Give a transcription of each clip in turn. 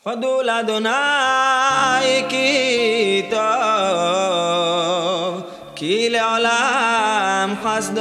הודו לאדוני כי טוב, כי לעולם חסדו.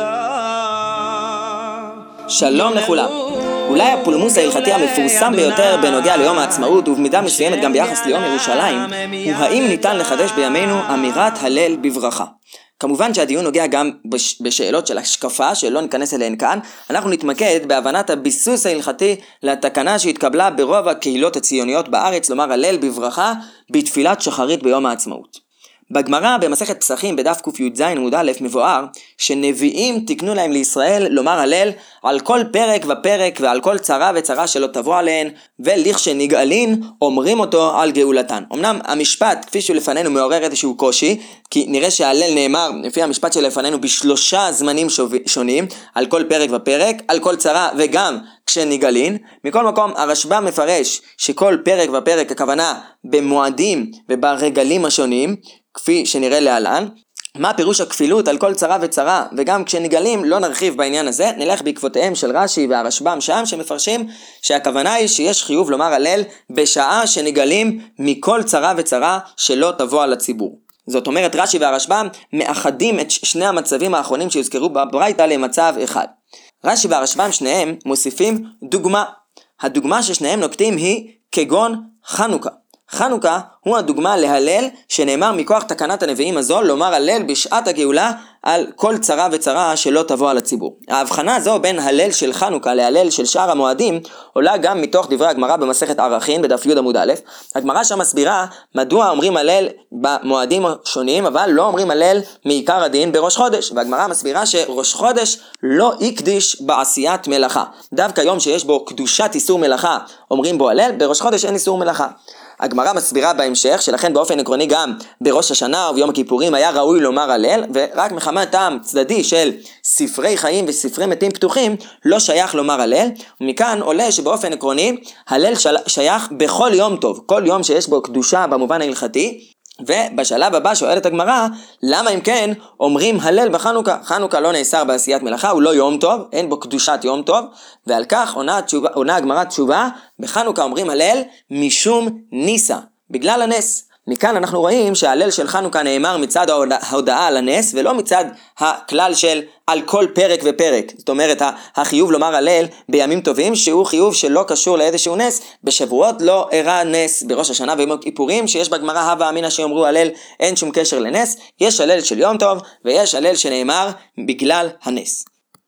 שלום לכולם. אולי הפולמוס ההלכתי המפורסם ביותר בנוגע ליום העצמאות ובמידה מסוימת גם ביחס ליום ירושלים הוא האם ניתן לחדש בימינו אמירת הלל בברכה. כמובן שהדיון נוגע גם בשאלות של השקפה שלא ניכנס אליהן כאן. אנחנו נתמקד בהבנת הביסוס ההלכתי לתקנה שהתקבלה ברוב הקהילות הציוניות בארץ, לומר הלל בברכה בתפילת שחרית ביום העצמאות. בגמרא במסכת פסחים בדף קי"ז עמוד א' מבואר שנביאים תקנו להם לישראל לומר הלל על כל פרק ופרק ועל כל צרה וצרה שלא תבוא עליהן, ולכשנגאלין אומרים אותו על גאולתן. אמנם המשפט כפי שהוא לפנינו מעורר איזשהו קושי, כי נראה שההלל נאמר לפי המשפט שלפנינו בשלושה זמנים שונים, על כל פרק ופרק, על כל צרה וגם כשנגאלין. מכל מקום הרשב"ם מפרש שכל פרק ופרק הכוונה במועדים וברגלים השונים כפי שנראה להלן. מה פירוש הכפילות על כל צרה וצרה וגם כשנגאלים? לא נרחיב בעניין הזה, נלך בעקבותיהם של רש"י והרשב"ם שם שמפרשים שהכוונה היא שיש חיוב לומר הלל בשעה שנגאלים מכל צרה וצרה שלא תבוא על הציבור. זאת אומרת רש"י והרשב"ם מאחדים את שני המצבים האחרונים שהוזכרו בברייתא למצב אחד. רש"י והרשב"ם שניהם מוסיפים דוגמה. הדוגמה ששניהם נוקטים היא כגון חנוכה. חנוכה הוא הדוגמה להלל שנאמר מכוח תקנת הנביאים הזו לומר הלל בשעת הגאולה על כל צרה וצרה שלא תבוא על הציבור. ההבחנה הזו בין הלל של חנוכה להלל של שאר המועדים עולה גם מתוך דברי הגמרא במסכת ערכין בדף י' עמוד א'. הגמרא שם מסבירה מדוע אומרים הלל במועדים השונים אבל לא אומרים הלל מעיקר הדין בראש חודש, והגמרא מסבירה שראש חודש לא יקדיש בעשיית מלאכה. דווקא יום שיש בו קדושת איסור מלאכה אומרים בו הלל, בראש חודש אין איסור מלאכה. הגמרא מסבירה בהמשך שלכן באופן עקרוני גם בראש השנה וביום הכיפורים היה ראוי לומר הלל, ורק מחמת טעם צדדי של ספרי חיים וספרי מתים פתוחים לא שייך לומר הלל. ומכאן עולה שבאופן עקרוני הלל שייך בכל יום טוב, כל יום שיש בו קדושה במובן ההלכתי. ובשלב הבא שואלת הגמרא למה אם כן אומרים הלל בחנוכה? חנוכה לא נאסר בעשיית מלאכה, הוא לא יום טוב, אין בו קדושת יום טוב, ועל כך עונה הגמרא תשובה, בחנוכה אומרים הלל משום ניסה, בגלל הנס. מכאן אנחנו רואים שההלל של חנוכה נאמר מצד ההודעה על הנס ולא מצד הכלל של על כל פרק ופרק. זאת אומרת החיוב לומר הלל בימים טובים שהוא חיוב שלא קשור לאיזשהו נס. בשבועות לא אירע נס, בראש השנה ויום הכיפורים שיש בגמרא הווה אמינא שאומרו הלל אין שום קשר לנס. יש הלל של יום טוב ויש הלל שנאמר בגלל הנס.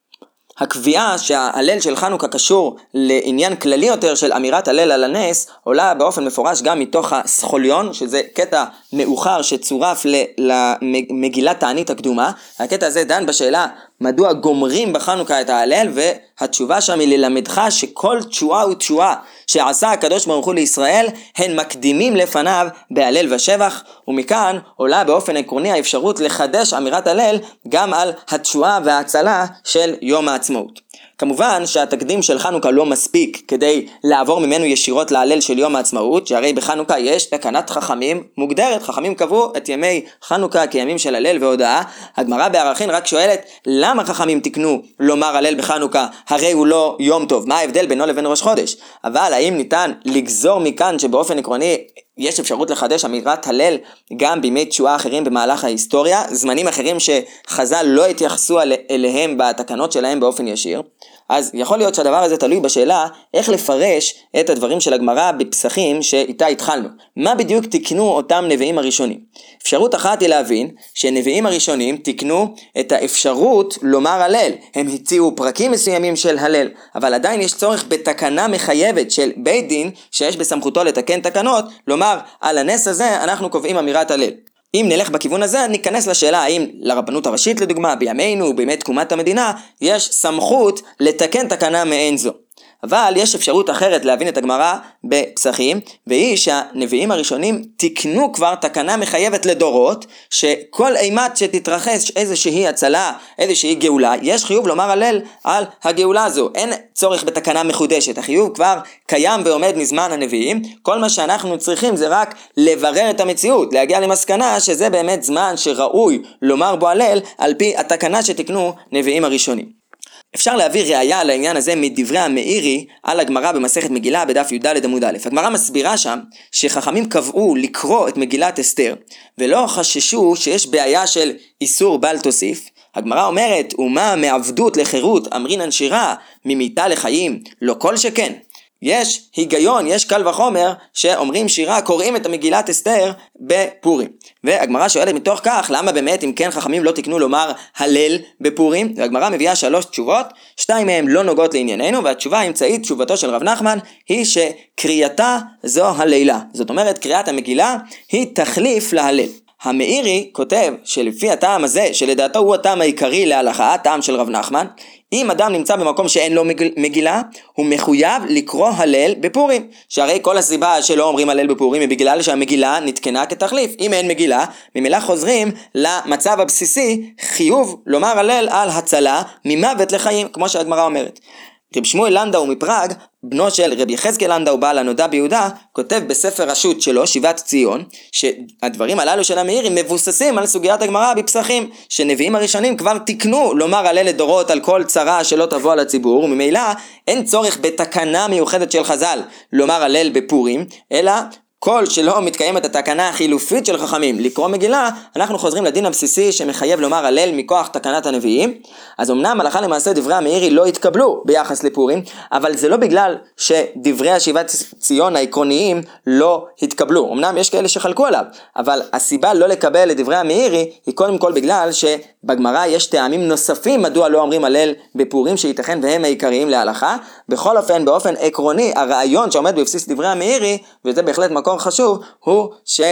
הקביעה שההלל של חנוכה קשור לעניין כללי יותר של אמירת הלל על הנס עולה באופן מפורש גם מתוך הסחוליון, שזה קטע מאוחר שצורף למגילת תענית הקדומה. הקטע הזה דן בשאלה מדוע גומרים בחנוכה את ההלל, והתשובה שם היא ללמדך שכל תשועה ותשועה שעשה הקדוש ברוך הוא לישראל הן מקדימים לפניו בהלל ושבח. ומכאן עולה באופן עקרוני האפשרות לחדש אמירת הלל גם על התשועה וההצלה של יום העצמאות. כמובן שהתקדים של חנוכה לא מספיק כדי לעבור ממנו ישירות להלל של יום העצמאות, שהרי בחנוכה יש תקנת חכמים מוגדרת. חכמים קבעו את ימי חנוכה כימים של הלל והודאה. הגמרא בערכין רק שואלת למה חכמים תקנו לומר הלל בחנוכה, הרי הוא לא יום טוב, מה ההבדל בינו לבין ראש חודש? אבל האם ניתן לגזור מכאן שבאופן עקרוני יש אפשרות לחדש אמירת הלל גם בימי תשועה אחרים במהלך ההיסטוריה, זמנים אחרים שחז"ל לא התייחסו אליהם בתקנות שלהם באופן ישיר? אז יכול להיות שהדבר הזה תלוי בשאלה איך לפרש את הדברים של הגמרא בפסחים שאיתה התחלנו. מה בדיוק תקנו אותם נביאים הראשונים? אפשרות אחת היא להבין שנביאים הראשונים תקנו את האפשרות לומר הלל. הם הציעו פרקים מסוימים של הלל, אבל עדיין יש צורך בתקנה מחייבת של בית דין שיש בסמכותו לתקן תקנות, לומר על הנס הזה אנחנו קובעים אמירת הלל. אם נלך בכיוון הזה ניכנס לשאלה האם לרבנות הראשית לדוגמה בימינו בימי תקומת המדינה יש סמכות לתקן תקנה מעין זו. אבל יש אפשרות אחרת להבין את הגמרא בפסחים, והיא שהנביאים הראשונים תקנו כבר תקנה מחייבת לדורות, שכל אימת שתתרחש איזושהי הצלה, איזושהי גאולה, יש חיוב לומר הלל על הגאולה הזו. אין צורך בתקנה מחודשת, החיוב כבר קיים ועומד מזמן הנביאים. כל מה שאנחנו צריכים זה רק לברר את המציאות, להגיע למסקנה שזה באמת זמן שראוי לומר בו הלל על פי התקנה שתקנו נביאים הראשונים. אפשר להביא ראיה לעניין הזה מדברי המאירי על הגמרא במסכת מגילה בדף י"ד עמוד א'. הגמרא מסבירה שם שחכמים קבעו לקרוא את מגילת אסתר ולא חששו שיש בעיה של איסור בל תוסיף. הגמרא אומרת, ומה מעבדות לחירות אמרינן שירה ממיתה לחיים לא כל שכן. יש היגיון, יש קל וחומר שאומרים שירה, קוראים את המגילת אסתר בפורים. והגמרא שואלת מתוך כך, למה באמת אם כן חכמים לא תקנו לומר הלל בפורים? והגמרא מביאה 3 תשובות, 2 מהן לא נוגעות לענייננו, והתשובה האמצעית, תשובתו של רב נחמן, היא שקריאתה זו הלילה. זאת אומרת, קריאת המגילה היא תחליף להלל. המאירי כותב שלפי הטעם הזה, שלדעתו הוא הטעם העיקרי להלכה, הטעם של רב נחמן, אם אדם נמצא במקום שאין לו מגילה, הוא מחויב לקרוא הלל בפורים. שהרי כל הסיבה שלא אומרים הלל בפורים היא בגלל שהמגילה נתקנה כתחליף. אם אין מגילה, ממילא חוזרים למצב הבסיסי, חיוב לומר הלל על הצלה ממוות לחיים, כמו שהגמרא אומרת. רב שמואל לנדאו מפראג, בנו של רבי יחזקאל לנדאו בעל הנודע ביהודה, כותב בספר רשות שלו, שיבת ציון, שהדברים הללו של המאירי מבוססים על סוגיית הגמרא בפסחים, שנביאים הראשונים כבר תיקנו לומר הלל לדורות על כל צרה שלא תבוא על הציבור, וממילא אין צורך בתקנה מיוחדת של חז"ל לומר הלל בפורים, אלא כל שלא מתקיימת התקנה החילופית של חכמים לקרוא מגילה, אנחנו חוזרים לדין הבסיסי שמחייב לומר הלל מכוח תקנת הנביאים. אז אמנם הלכה למעשה דברי המאירי לא התקבלו ביחס לפורים, אבל זה לא בגלל שדברי השיבת ציון העקרוניים לא התקבלו. אמנם יש כאלה שחלקו עליו, אבל הסיבה לא לקבל את דברי המאירי היא קודם כל בגלל שבגמרא יש טעמים נוספים מדוע לא אומרים הלל בפורים שייתכן והם העיקריים להלכה. בכל אופן, באופן עקרוני, הרעיון שעומד בבסיס דברי המאירי, וזה בהחלט מקור חשוב, הוא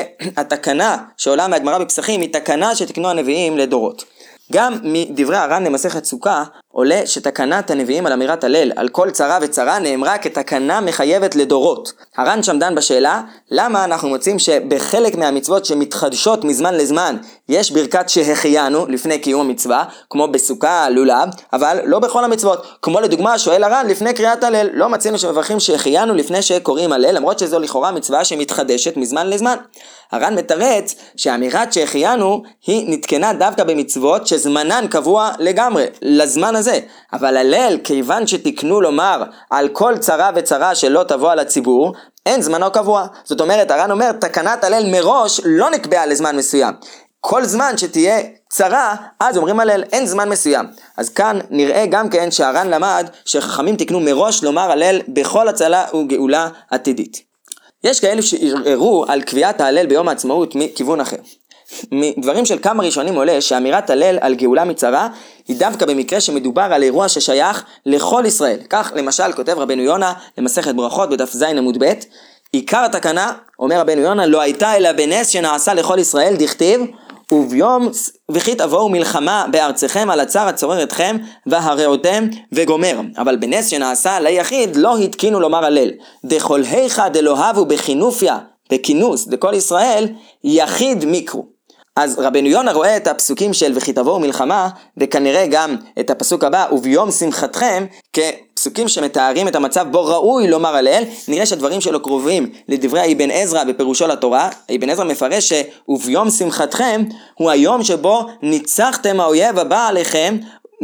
שהתקנה שעולה מהגמרא בפסחים היא תקנה שתקנו הנביאים לדורות. גם מדברי הר"ן למסכת סוכה עולה שתקנת הנביאים על אמירת הלל על כל צרה וצרה נאמרה כתקנה מחייבת לדורות. הר"ן שם דן בשאלה למה אנחנו מוצאים שבחלק מהמצוות שמתחדשות מזמן לזמן יש ברכת שהחיינו לפני קיום המצווה, כמו בסוכה, לולב, אבל לא בכל המצוות. כמו לדוגמה שואל הר"ן לפני קריאת הלל, לא מצינו שמברכים שהחיינו לפני שקוראים הלל, למרות שזו לכאורה מצווה שמתחדשת מזמן לזמן. הר"ן מתרץ שאמירת שהחיינו היא נתקנה דווקא במצוות שזמנן קבוע לגמרי, לזמן הזה. אבל הלל, כיוון שתקנו לומר על כל צרה וצרה שלא תבוא על הציבור, אין זמנו קבוע. זאת אומרת, הר"ן אומר, תקנת הלל מראש לא נקבעה לזמן מסוים. כל זמן שתהיה צרה, אז אומרים הלל, אין זמן מסוים. אז כאן נראה גם כן שהר"ן למד שחכמים תקנו מראש לומר הלל בכל הצלה וגאולה עתידית. יש כאלו שערערו על קביעת ההלל ביום העצמאות מכיוון אחר. מדברים של כמה ראשונים עולה שאמירת הלל על גאולה מצרה היא דווקא במקרה שמדובר על אירוע ששייך לכל ישראל. כך למשל כותב רבנו יונה למסכת ברכות בדף ז עמוד ב', עיקר התקנה, אומר רבנו יונה, לא הייתה אלא בנס שנעשה לכל ישראל, דכתיב וביום וכי תבואו מלחמה בארצכם על הצר הצורר אתכם והרעותם וגומר. אבל בנס שנעשה ליחיד לא התקינו לומר הלל. דכל היכא דלוהבו בכינופיה, בכינוס דכל ישראל, יחיד מיקרו. אז רבנו יונה רואה את הפסוקים של וכי תבואו מלחמה, וכנראה גם את הפסוק הבא וביום שמחתכם, כפסוקים שמתארים את המצב בו ראוי לומר הלל. נראה שהדברים שלו קרובים לדברי אבן עזרא בפירושו לתורה. אבן עזרא מפרש שביום שמחתכם הוא היום שבו ניצחתם האויב הבא עליכם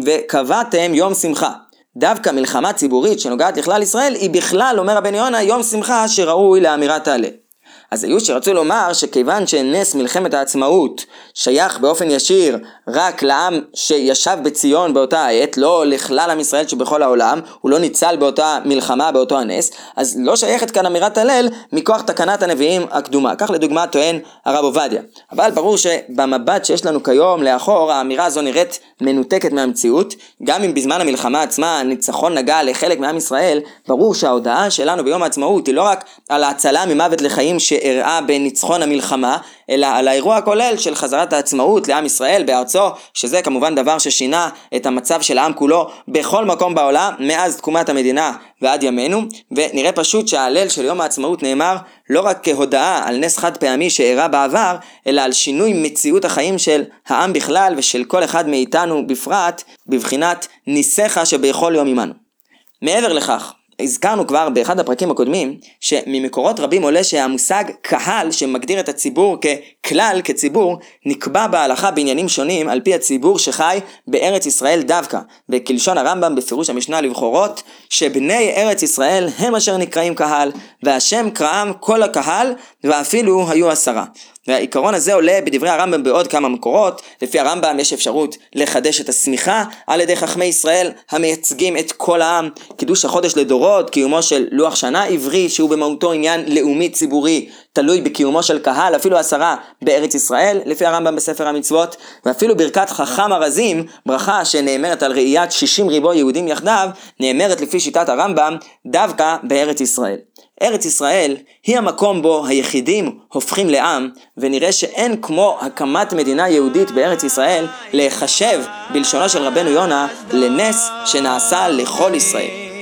וקבעתם יום שמחה. דווקא מלחמה ציבורית שנוגעת לכלל ישראל היא בכלל, אומר רבנו יונה, יום שמחה שראוי לאמירת הלל. אז היו שרצו לומר שכיוון שנס מלחמת העצמאות שייך באופן ישיר רק לעם שישב בציון באותה העת, לא לכלל עם ישראל שבכל העולם, הוא לא ניצל באותה מלחמה, באותו הנס, אז לא שייכת כאן אמירת הלל מכוח תקנת הנביאים הקדומה. כך לדוגמה טוען הרב עובדיה. אבל ברור שבמבט שיש לנו כיום לאחור, האמירה הזו נראית מנותקת מהמציאות. גם אם בזמן המלחמה עצמה הניצחון נגע לחלק מעם ישראל, ברור שההודעה שלנו ביום העצמאות היא לא רק על ההצלה ממוות לחיים שאירעה בניצחון המלחמה, אלא על האירוע הכולל של חזרת העצמאות לעם ישראל בארצו, שזה כמובן דבר ששינה את המצב של העם כולו בכל מקום בעולם מאז תקומת המדינה ועד ימינו. ונראה פשוט שההלל של יום העצמאות נאמר לא רק כהודעה על נס חד פעמי שאירע בעבר, אלא על שינוי מציאות החיים של העם בכלל ושל כל אחד מאיתנו בפרט, בבחינת ניסך שביכול יום עמנו. מעבר לכך, הזכרנו כבר באחד הפרקים הקודמים שממקורות רבים עולה שהמושג קהל שמגדיר את הציבור ככלל, כציבור, נקבע בהלכה בעניינים שונים על פי הציבור שחי בארץ ישראל דווקא, וכלשון הרמב"ם בפירוש המשנה לבחורות שבני ארץ ישראל הם אשר נקראים קהל, והשם קראם כל הקהל ואפילו היו 10. והעיקרון הזה עולה בדברי הרמב"ם בעוד כמה מקורות. לפי הרמב"ם יש אפשרות לחדש את הסמיכה על ידי חכמי ישראל המייצגים את כל העם, קידוש החודש לדורות, קיומו של לוח שנה עברי שהוא במהותו עניין לאומי ציבורי תלוי בקיומו של קהל, אפילו 10 בארץ ישראל לפי הרמב"ם בספר המצוות, ואפילו ברכת חכם ארזים, ברכה שנאמרת על ראיית 60 ריבוי יהודים יחדיו, נאמרת לפי שיטת הרמב"ם דווקא בארץ ישראל. ארץ ישראל היא המקום בו היחידים הופכים לעם, ונראה שאין כמו הקמת מדינה יהודית בארץ ישראל להיחשב בלשונו של רבנו יונה לנס שנעשה לכל ישראל.